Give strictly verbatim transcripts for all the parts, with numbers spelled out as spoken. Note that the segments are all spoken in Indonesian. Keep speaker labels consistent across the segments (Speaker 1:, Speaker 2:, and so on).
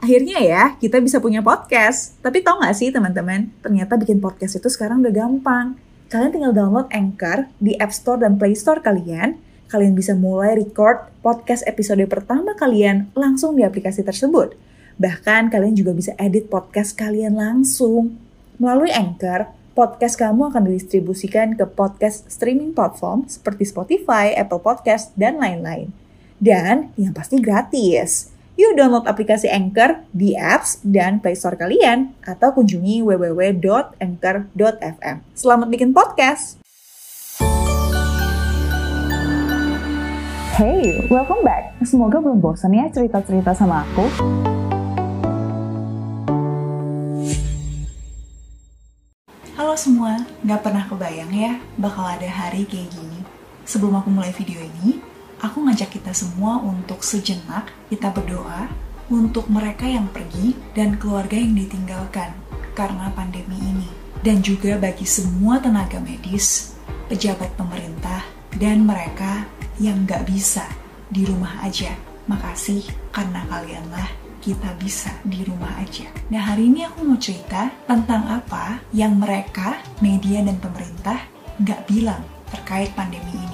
Speaker 1: Akhirnya ya, kita bisa punya podcast. Tapi tau gak sih teman-teman, ternyata bikin podcast itu sekarang udah gampang. Kalian tinggal download Anchor di App Store dan Play Store kalian. Kalian bisa mulai record podcast episode pertama kalian langsung di aplikasi tersebut. Bahkan kalian juga bisa edit podcast kalian langsung. Melalui Anchor, podcast kamu akan didistribusikan ke podcast streaming platform seperti Spotify, Apple Podcast, dan lain-lain. Dan yang pasti gratis. Yuk download aplikasi Anchor di apps dan Play Store kalian atau kunjungi w w w dot anchor dot f m. Selamat bikin podcast!
Speaker 2: Hey, welcome back. Semoga belum bosan ya cerita-cerita sama aku.
Speaker 1: Halo semua, gak pernah kebayang ya bakal ada hari kayak gini. Sebelum aku mulai video ini, aku ngajak kita semua untuk sejenak kita berdoa untuk mereka yang pergi dan keluarga yang ditinggalkan karena pandemi ini. Dan juga bagi semua tenaga medis, pejabat pemerintah, dan mereka yang gak bisa di rumah aja. Makasih karena kalianlah kita bisa di rumah aja. Nah hari ini aku mau cerita tentang apa yang mereka, media dan pemerintah gak bilang terkait pandemi ini.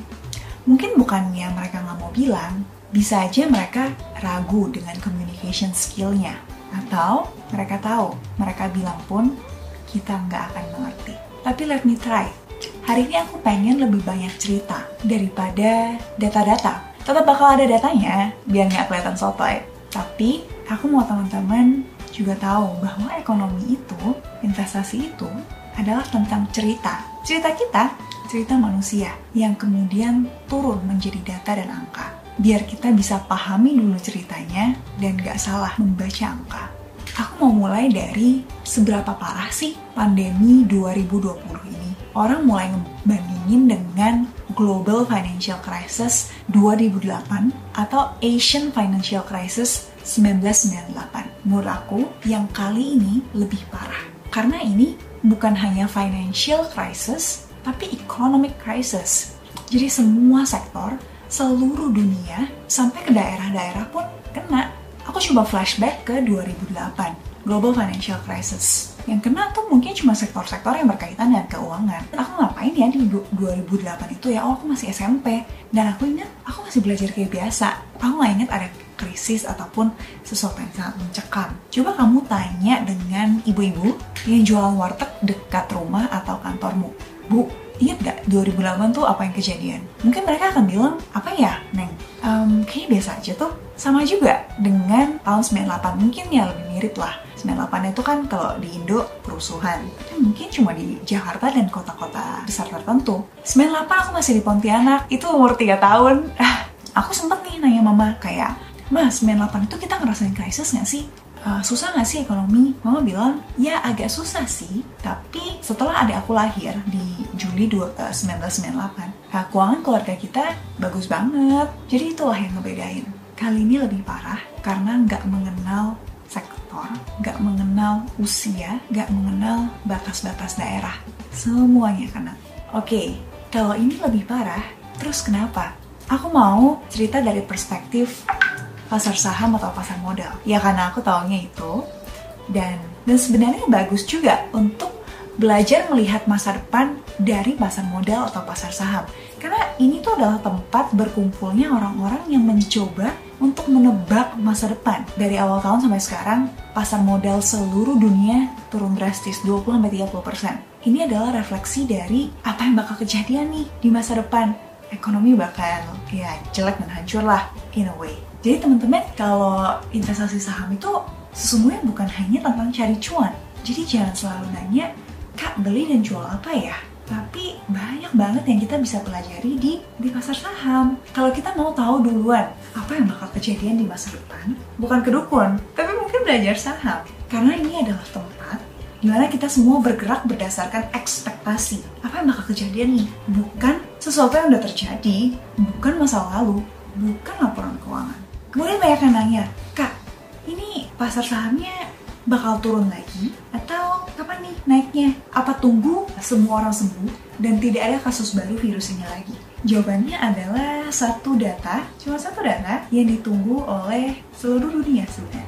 Speaker 1: Mungkin bukannya mereka nggak mau bilang, bisa aja mereka ragu dengan communication skill-nya. Atau mereka tahu, mereka bilang pun kita nggak akan mengerti. Tapi let me try. Hari ini aku pengen lebih banyak cerita daripada data-data. Tetap bakal ada datanya, biar nggak kelihatan sotoy. Tapi aku mau teman-teman juga tahu bahwa ekonomi itu, investasi itu adalah tentang cerita. Cerita kita, cerita manusia yang kemudian turun menjadi data dan angka. Biar kita bisa pahami dulu ceritanya dan gak salah membaca angka. Aku mau mulai dari seberapa parah sih pandemi dua ribu dua puluh ini. Orang mulai ngebandingin dengan Global Financial Crisis dua ribu delapan atau Asian Financial Crisis seribu sembilan ratus sembilan puluh delapan. Menurut aku, yang kali ini lebih parah. Karena ini bukan hanya financial crisis, tapi economic crisis. Jadi semua sektor, seluruh dunia, sampai ke daerah-daerah pun kena. Aku coba flashback ke dua ribu delapan, Global Financial Crisis. Yang kena tuh mungkin cuma sektor-sektor yang berkaitan dengan keuangan. Aku ngapain ya di dua ribu delapan itu ya? Oh, aku masih S M P. Dan aku ingat, aku masih belajar kayak biasa. Aku gak ingat ada krisis ataupun sesuatu yang sangat mencekam. Coba kamu tanya dengan ibu-ibu yang jualan warteg dekat rumah atau kantormu. Bu, ingat gak dua ribu delapan tuh apa yang kejadian? Mungkin mereka akan bilang, apa ya, Neng? Um, kayaknya biasa aja tuh. Sama juga dengan tahun sembilan puluh delapan, mungkin ya lebih mirip lah. sembilan puluh delapan itu kan kalau di Indo kerusuhan. Tapi mungkin cuma di Jakarta dan kota-kota besar tertentu. sembilan puluh delapan aku masih di Pontianak, itu umur tiga tahun. Ah, aku sempet nih nanya mama kayak, Ma, sembilan puluh delapan itu kita ngerasain krisis gak sih? Uh, susah gak sih ekonomi? Mama bilang, ya agak susah sih, tapi setelah adik aku lahir di Juli seribu sembilan ratus sembilan puluh delapan, nah, keuangan keluarga kita bagus banget. Jadi itulah yang ngebedain. Kali ini lebih parah karena gak mengenal sektor, gak mengenal usia, gak mengenal batas-batas daerah. Semuanya kena. Oke, kalau ini lebih parah, terus kenapa? Aku mau cerita dari perspektif pasar saham atau pasar modal. Ya karena aku taunya itu. Dan dan sebenarnya bagus juga untuk belajar melihat masa depan dari pasar modal atau pasar saham. Karena ini tuh adalah tempat berkumpulnya orang-orang yang mencoba untuk menebak masa depan. Dari awal tahun sampai sekarang, pasar modal seluruh dunia turun drastis dua puluh sampai tiga puluh persen. Ini adalah refleksi dari apa yang bakal kejadian nih di masa depan. Ekonomi bakal ya jelek dan hancur lah in a way. Jadi teman-teman, kalau investasi saham itu sesungguhnya bukan hanya tentang cari cuan. Jadi jangan selalu nanya, Kak beli dan jual apa ya? Tapi banyak banget yang kita bisa pelajari di di pasar saham. Kalau kita mau tahu duluan apa yang bakal kejadian di masa depan, bukan kedukun, tapi mungkin belajar saham. Karena ini adalah tempat di mana kita semua bergerak berdasarkan ekspektasi. Apa yang bakal kejadian nih? Bukan sesuatu yang udah terjadi, bukan masa lalu, bukan laporan keuangan. Kemudian banyak yang nanya, Kak, ini pasar sahamnya bakal turun lagi? Atau kapan nih naiknya? Apa tunggu semua orang sembuh dan tidak ada kasus baru virus ini lagi? Jawabannya adalah satu data, cuma satu data yang ditunggu oleh seluruh dunia sebenarnya.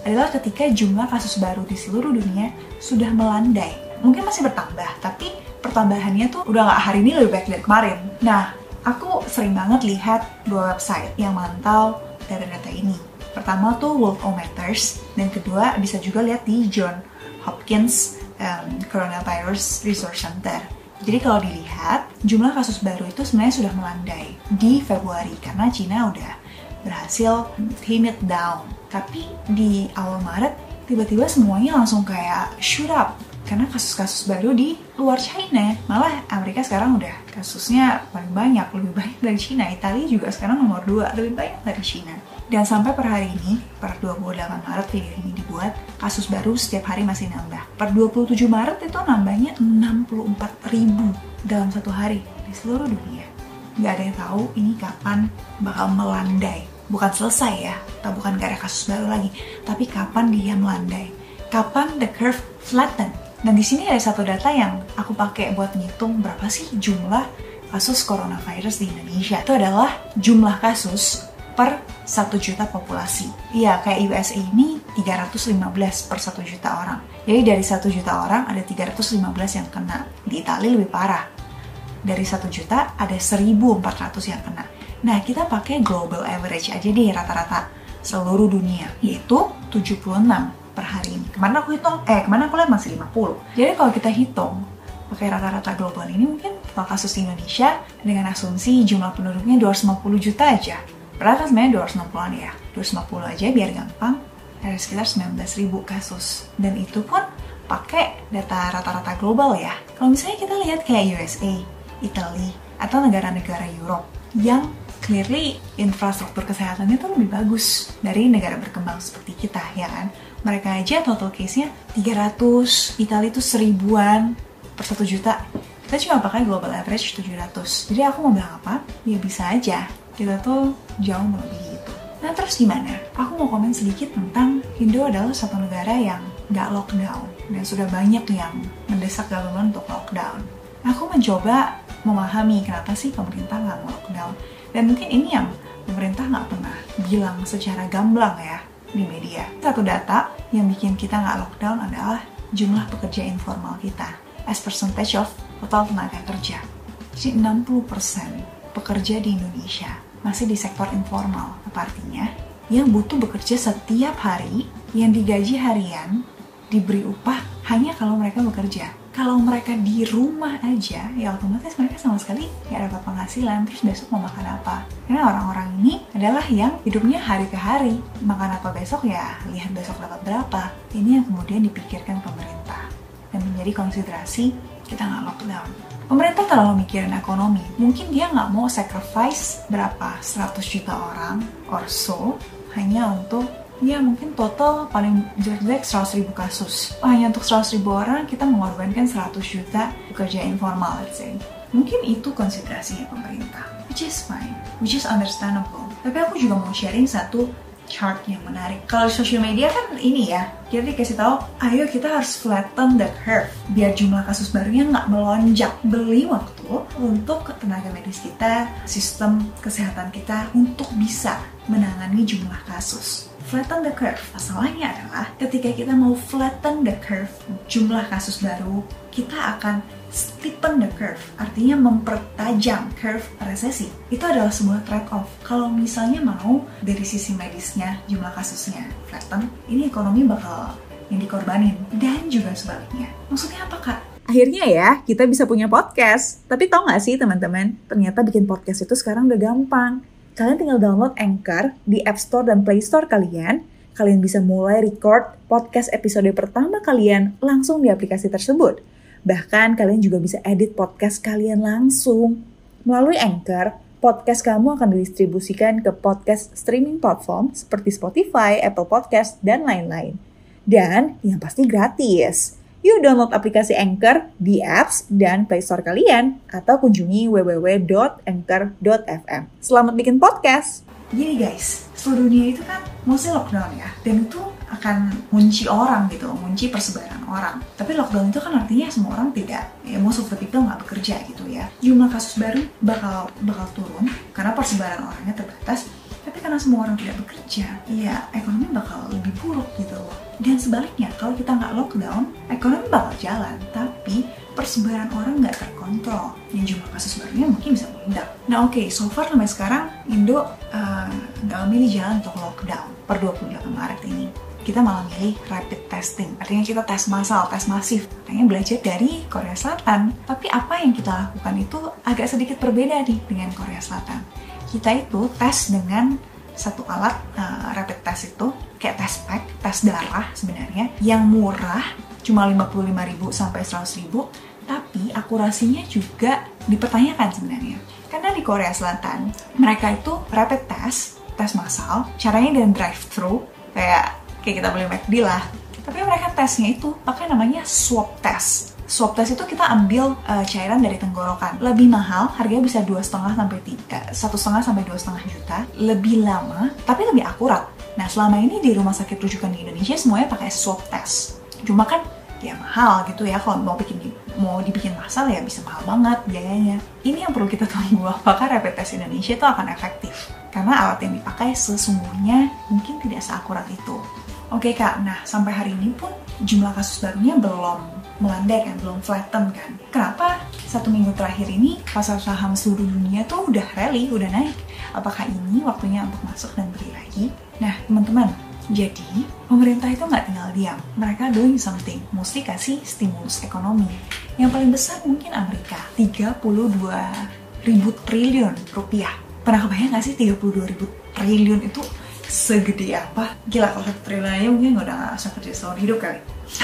Speaker 1: adalah ketika jumlah kasus baru di seluruh dunia sudah melandai. Mungkin masih bertambah, tapi pertambahannya tuh udah nggak hari ini lebih baik dari kemarin. Nah, aku sering banget lihat dua website yang mantau data-data ini. Pertama tuh Worldometers, dan kedua bisa juga lihat di John Hopkins um, Coronavirus Resource Center. Jadi kalau dilihat, jumlah kasus baru itu sebenarnya sudah melandai di Februari karena Cina udah berhasil tame it down. Tapi di awal Maret, tiba-tiba semuanya langsung kayak shoot up karena kasus-kasus baru di luar China. Malah Amerika sekarang udah kasusnya paling banyak, lebih banyak dari Cina. Italia juga sekarang nomor dua, lebih banyak dari Cina. Dan sampai per hari ini, per dua puluh delapan Maret video ini dibuat, kasus baru setiap hari masih nambah. Per dua puluh tujuh Maret itu nambahnya enam puluh empat ribu dalam satu hari di seluruh dunia. Nggak ada yang tahu ini kapan bakal melandai. Bukan selesai ya, atau bukan gak ada kasus baru lagi, tapi kapan dia melandai, kapan the curve flatten. Dan di sini ada satu data yang aku pakai buat ngitung berapa sih jumlah kasus coronavirus di Indonesia. Itu adalah jumlah kasus per satu juta populasi. Iya, kayak U S A ini tiga ratus lima belas per satu juta orang. Jadi dari satu juta orang ada tiga ratus lima belas yang kena. Di Italia lebih parah. Dari satu juta ada seribu empat ratus yang kena. Nah, kita pakai global average aja deh rata-rata seluruh dunia, yaitu tujuh puluh enam per hari ini. Kemana aku hitung? Eh, kemana aku lihat masih lima puluh. Jadi kalau kita hitung pakai rata-rata global ini, mungkin total kasus di Indonesia dengan asumsi jumlah penduduknya dua ratus lima puluh juta aja. Padahal kan sebenarnya dua ratus enam puluhan ya. dua ratus lima puluh aja biar gampang. Ada sekitar sembilan belas ribu kasus. Dan itu pun pakai data rata-rata global ya. Kalau misalnya kita lihat kayak U S A, Italia, atau negara-negara Europe yang clearly infrastruktur kesehatannya tuh lebih bagus dari negara berkembang seperti kita, ya kan? Mereka aja total case-nya tiga ratus, Italia itu seribuan per satu juta. Kita cuma pakai global average tujuh ratus. Jadi aku mau bilang apa? Ya bisa aja. Kita tuh jauh melebihi itu. Nah terus gimana? Aku mau komen sedikit tentang Indo adalah satu negara yang nggak lockdown. Dan sudah banyak yang mendesak government untuk lockdown. Aku mencoba memahami kenapa sih pemerintah nggak mau lockdown. Dan mungkin ini yang pemerintah nggak pernah bilang secara gamblang ya di media. Satu data yang bikin kita nggak lockdown adalah jumlah pekerja informal kita as percentage of total tenaga kerja. Jadi enam puluh persen pekerja di Indonesia masih di sektor informal. Apa artinya? Yang butuh bekerja setiap hari, yang digaji harian, diberi upah hanya kalau mereka bekerja. Kalau mereka di rumah aja, ya otomatis mereka sama sekali gak dapat penghasilan, terus besok mau makan apa? Karena orang-orang ini adalah yang hidupnya hari ke hari. Makan apa besok ya, lihat besok dapat berapa. Ini yang kemudian dipikirkan pemerintah. Dan menjadi konsiderasi kita gak lockdown. Pemerintah terlalu mikirin ekonomi. Mungkin dia gak mau sacrifice berapa, seratus juta orang or so, hanya untuk ya mungkin total paling jelek-jelek seratus ribu kasus. Oh, hanya untuk seratus ribu orang kita mengorbankan seratus juta pekerja informal, let's say. Mungkin itu konsiderasinya pemerintah, which is fine, which is understandable. Tapi aku juga mau sharing satu chart yang menarik. Kalau social media kan ini ya, kita dikasih tahu, ayo kita harus flatten the curve biar jumlah kasus barunya nggak melonjak. Beli waktu untuk tenaga medis kita, sistem kesehatan kita untuk bisa menangani jumlah kasus. Flatten the curve. Masalahnya adalah ketika kita mau flatten the curve jumlah kasus baru, kita akan steepen the curve, artinya mempertajam curve resesi. Itu adalah sebuah trade-off. Kalau misalnya mau dari sisi medisnya jumlah kasusnya flatten, ini ekonomi bakal yang dikorbanin, dan juga sebaliknya. Maksudnya apa, Kak?
Speaker 2: Akhirnya ya, kita bisa punya podcast. Tapi tau gak sih teman-teman, ternyata bikin podcast itu sekarang udah gampang. Kalian tinggal download Anchor di App Store dan Play Store kalian. Kalian bisa mulai record podcast episode pertama kalian langsung di aplikasi tersebut. Bahkan kalian juga bisa edit podcast kalian langsung. Melalui Anchor, podcast kamu akan didistribusikan ke podcast streaming platform seperti Spotify, Apple Podcast, dan lain-lain. Dan yang pasti gratis. Yuk download aplikasi Anchor di apps dan Play Store kalian atau kunjungi w w w dot anchor dot f m. Selamat bikin podcast!
Speaker 1: Gini guys, seluruh dunia itu kan mostly lockdown ya, dan itu akan mengunci orang gitu, mengunci persebaran orang. Tapi lockdown itu kan artinya semua orang tidak, ya most of the people nggak bekerja gitu ya. Jumlah kasus baru bakal bakal turun karena persebaran orangnya terbatas. Tapi karena semua orang tidak bekerja, ya ekonomi bakal lebih buruk gitu loh. Dan sebaliknya, kalau kita nggak lockdown, ekonomi bakal jalan, tapi persebaran orang nggak terkontrol, dan jumlah kasus barunya mungkin bisa meledak. Nah oke, okay, so far sampai sekarang Indo uh, nggak memilih jalan untuk lockdown per dua puluh delapan Maret ini. Kita malah milih rapid testing, artinya kita tes massal, tes masif. Katanya belajar dari Korea Selatan. Tapi apa yang kita lakukan itu agak sedikit berbeda nih dengan Korea Selatan. Kita itu tes dengan satu alat uh, rapid test itu, kayak tes pack, tes darah sebenarnya, yang murah, cuma lima puluh lima ribu sampai seratus ribu, tapi akurasinya juga dipertanyakan sebenarnya. Karena di Korea Selatan, mereka itu rapid test, tes massal, caranya dengan drive-thru, kayak kayak kita beli McD lah. Tapi mereka tesnya itu pakai namanya swab test. Swab test itu kita ambil uh, cairan dari tenggorokan. Lebih mahal, harganya bisa dua setengah sampai tiga, satu setengah sampai dua setengah juta. Lebih lama, tapi lebih akurat. Nah, selama ini di rumah sakit rujukan di Indonesia semuanya pakai swab test. Cuma kan ya mahal gitu ya, kalau mau bikin mau dibikin massal ya bisa mahal banget biayanya. Ini yang perlu kita tunggu, apakah rapid test Indonesia itu akan efektif. Karena alat yang dipakai sesungguhnya mungkin tidak seakurat itu. Oke Kak, nah sampai hari ini pun jumlah kasus barunya belum melandai kan, belum flatten kan. Kenapa satu minggu terakhir ini pasar saham seluruh dunia tuh udah rally, udah naik? Apakah ini waktunya untuk masuk dan beli lagi? Nah teman-teman, jadi pemerintah itu nggak tinggal diam. Mereka doing something, mesti kasih stimulus ekonomi. Yang paling besar mungkin Amerika, tiga puluh dua ribu triliun rupiah. Pernah kebayang nggak sih tiga puluh dua ribu triliun itu segede apa? Gila, kalau satu triliun aja mungkin udah gak usah kerja seumur hidup kali.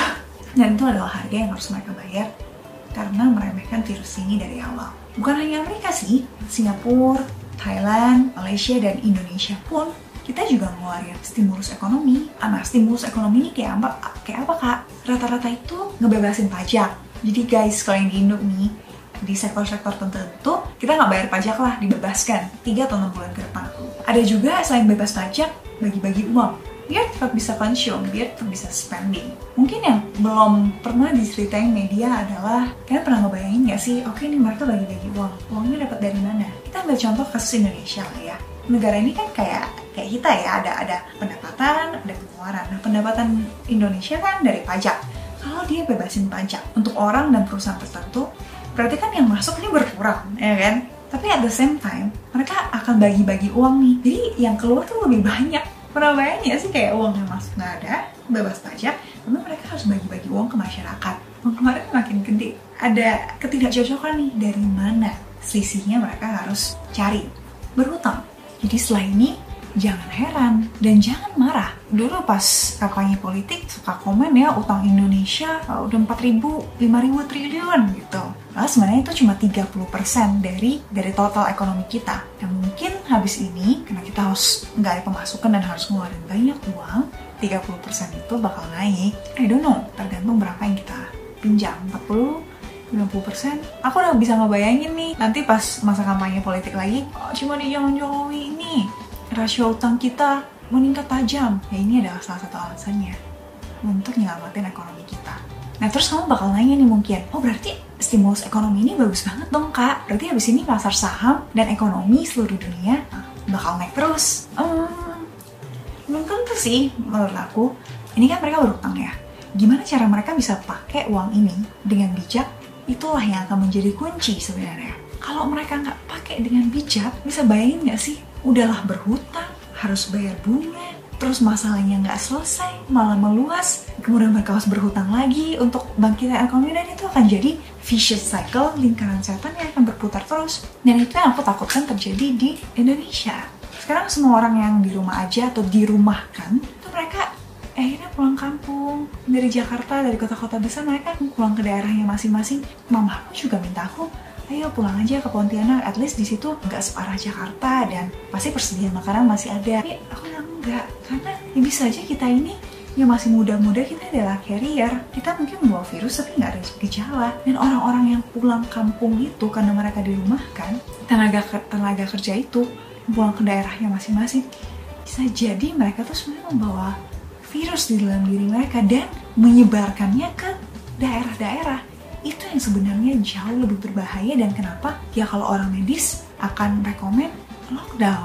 Speaker 1: Dan itu adalah harga yang harus mereka bayar karena meremehkan virus ini dari awal. Bukan hanya Amerika sih, Singapura, Thailand, Malaysia, dan Indonesia pun kita juga ngeluarin stimulus ekonomi. Nah, stimulus ekonomi ini kayak apa, kayak apa Kak? Rata-rata itu ngebebasin pajak. Jadi guys, kalau yang di Indo nih, di sektor-sektor tertentu, kita nggak bayar pajak lah, dibebaskan tiga atau enam bulan ke depan. Ada juga selain bebas pajak, bagi-bagi uang, biar tetap bisa konsum, biar tetap bisa spending. Mungkin yang belum pernah diceritain media adalah, kalian pernah ngebayangin nggak sih, oke nih mereka bagi-bagi uang, uangnya dapat dari mana? Kita ambil contoh kasus Indonesia lah ya. Negara ini kan kayak kayak kita ya, ada ada pendapatan, ada pengeluaran. Nah, pendapatan Indonesia kan dari pajak. Kalau dia bebasin pajak untuk orang dan perusahaan tertentu, berarti kan yang masuk ini berkurang, ya kan? Tapi at the same time, mereka akan bagi-bagi uang nih. Jadi yang keluar tuh lebih banyak. Pernah bayangin ya sih kayak uang yang masuk nggak ada, bebas pajak, tapi mereka harus bagi-bagi uang ke masyarakat. Uang kemarin makin gede. Ada ketidakcocokan nih, dari mana selisihnya mereka harus cari. Berhutang. Jadi setelah ini, jangan heran dan jangan marah. Dulu pas kampanye politik suka komen ya, utang Indonesia udah empat ribu, lima ribu triliun gitu. Nah, sebenarnya itu cuma tiga puluh persen dari dari total ekonomi kita. Dan mungkin habis ini, karena kita harus nggak ada pemasukan dan harus ngeluarin banyak uang, tiga puluh persen itu bakal naik. I don't know, tergantung berapa yang kita pinjam, empat puluh, lima puluh persen. Aku udah bisa ngebayangin nih, nanti pas masa kampanye politik lagi, oh, cuma di zaman Jokowi ini, rasio utang kita meningkat tajam. Ya ini adalah salah satu alasannya untuk nyelamatin ekonomi kita. Nah terus kamu bakal nanya nih mungkin, oh berarti stimulus ekonomi ini bagus banget dong Kak. Berarti habis ini pasar saham dan ekonomi seluruh dunia bakal naik terus. Hmm, belum tentu sih menurut aku. Ini kan mereka berutang ya. Gimana cara mereka bisa pakai uang ini dengan bijak? Itulah yang akan menjadi kunci sebenarnya. Kalau mereka nggak pakai dengan bijak, bisa bayangin nggak sih? Udahlah berhutang, harus bayar bunga, terus masalahnya nggak selesai, malah meluas, kemudian mereka harus berhutang lagi untuk bangkitkan ekonomi, dan itu akan jadi vicious cycle, lingkaran setan yang akan berputar terus. Dan itu yang aku takutkan terjadi di Indonesia. Sekarang semua orang yang di rumah aja atau dirumahkan, itu mereka akhirnya pulang kampung. Dari Jakarta, dari kota-kota besar, mereka pulang ke daerahnya masing-masing. Mama aku juga minta aku, ayo pulang aja ke Pontianak, at least di situ nggak separah Jakarta dan pasti persediaan makanan masih ada. Tapi aku bilang enggak, karena ya bisa aja kita ini yang masih muda-muda, kita adalah carrier. Kita mungkin membawa virus tapi nggak ada gejala. Dan orang-orang yang pulang kampung itu karena mereka dirumahkan, tenaga tenaga kerja itu pulang ke daerahnya masing-masing, bisa jadi mereka tuh sebenarnya membawa virus di dalam diri mereka dan menyebarkannya ke daerah-daerah. Itu yang sebenarnya jauh lebih berbahaya. Dan kenapa? Ya kalau orang medis akan rekomen lockdown.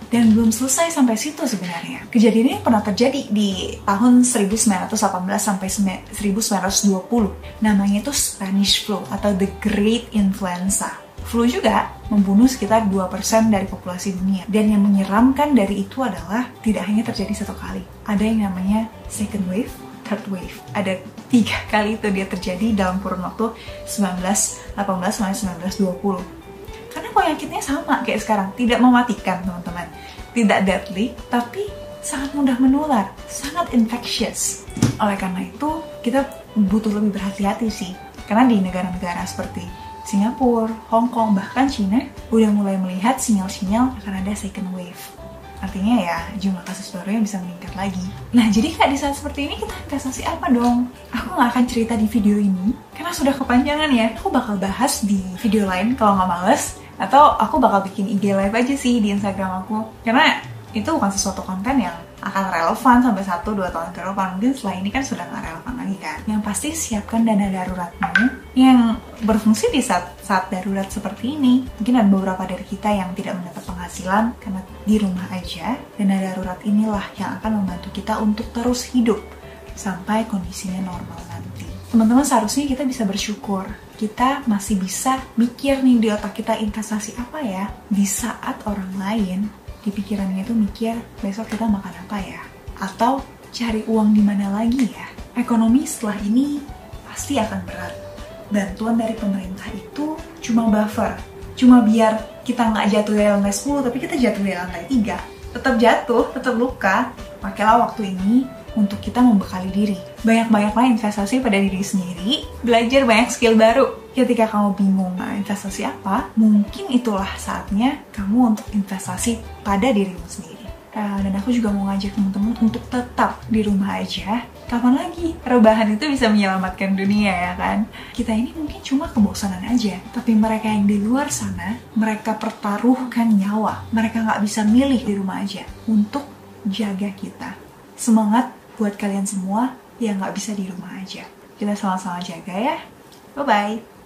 Speaker 1: Dan belum selesai sampai situ sebenarnya. Kejadian ini pernah terjadi di tahun seribu sembilan ratus delapan belas sampai seribu sembilan ratus dua puluh. Namanya itu Spanish flu atau the Great Influenza. Flu juga membunuh sekitar dua persen dari populasi dunia. Dan yang menyeramkan dari itu adalah tidak hanya terjadi satu kali. Ada yang namanya second wave, third wave. Ada tiga kali itu dia terjadi dalam kurun waktu seribu sembilan ratus delapan belas sampai seribu sembilan ratus dua puluh. Karena penyakitnya sama kayak sekarang, tidak mematikan teman-teman, tidak deadly, tapi sangat mudah menular, sangat infectious. Oleh karena itu, kita butuh lebih berhati-hati sih. Karena di negara-negara seperti Singapura, Hong Kong, bahkan Cina udah mulai melihat sinyal-sinyal akan ada second wave. Artinya ya jumlah kasus barunya bisa meningkat lagi. Nah jadi kak, di saat seperti ini kita investasi apa dong? Aku gak akan cerita di video ini karena sudah kepanjangan ya. Aku bakal bahas di video lain kalau gak males. Atau aku bakal bikin I G live aja sih di Instagram aku. Karena itu bukan sesuatu konten yang akan relevan sampai satu dua tahun ke depan. Mungkin setelah ini kan sudah gak relevan lagi kan. Yang pasti siapkan dana daruratmu yang berfungsi di saat, saat darurat seperti ini. Mungkin ada beberapa dari kita yang tidak mendapat penghasilan karena di rumah aja. Dana darurat inilah yang akan membantu kita untuk terus hidup sampai kondisinya normal nanti. Teman-teman, seharusnya kita bisa bersyukur. Kita masih bisa mikir nih di otak kita investasi apa ya di saat orang lain di pikirannya itu mikir besok kita makan apa ya, atau cari uang di mana lagi ya. Ekonomi setelah ini pasti akan berat. Bantuan dari pemerintah itu cuma buffer, cuma biar kita nggak jatuh dari lantai sepuluh tapi kita jatuh dari lantai tiga. Tetap jatuh, tetap luka. Pakailah waktu ini untuk kita membekali diri. Banyak-banyaklah investasi pada diri sendiri, belajar banyak skill baru. Ketika kamu bingung investasi apa, mungkin itulah saatnya kamu untuk investasi pada dirimu sendiri. Uh, dan aku juga mau ngajak teman-teman untuk tetap di rumah aja. Kapan lagi rebahan itu bisa menyelamatkan dunia ya kan? Kita ini mungkin cuma kebosanan aja, tapi mereka yang di luar sana, mereka pertaruhkan nyawa. Mereka nggak bisa milih di rumah aja untuk jaga kita. Semangat buat kalian semua yang nggak bisa di rumah aja. Kita sama-sama jaga ya. Bye-bye.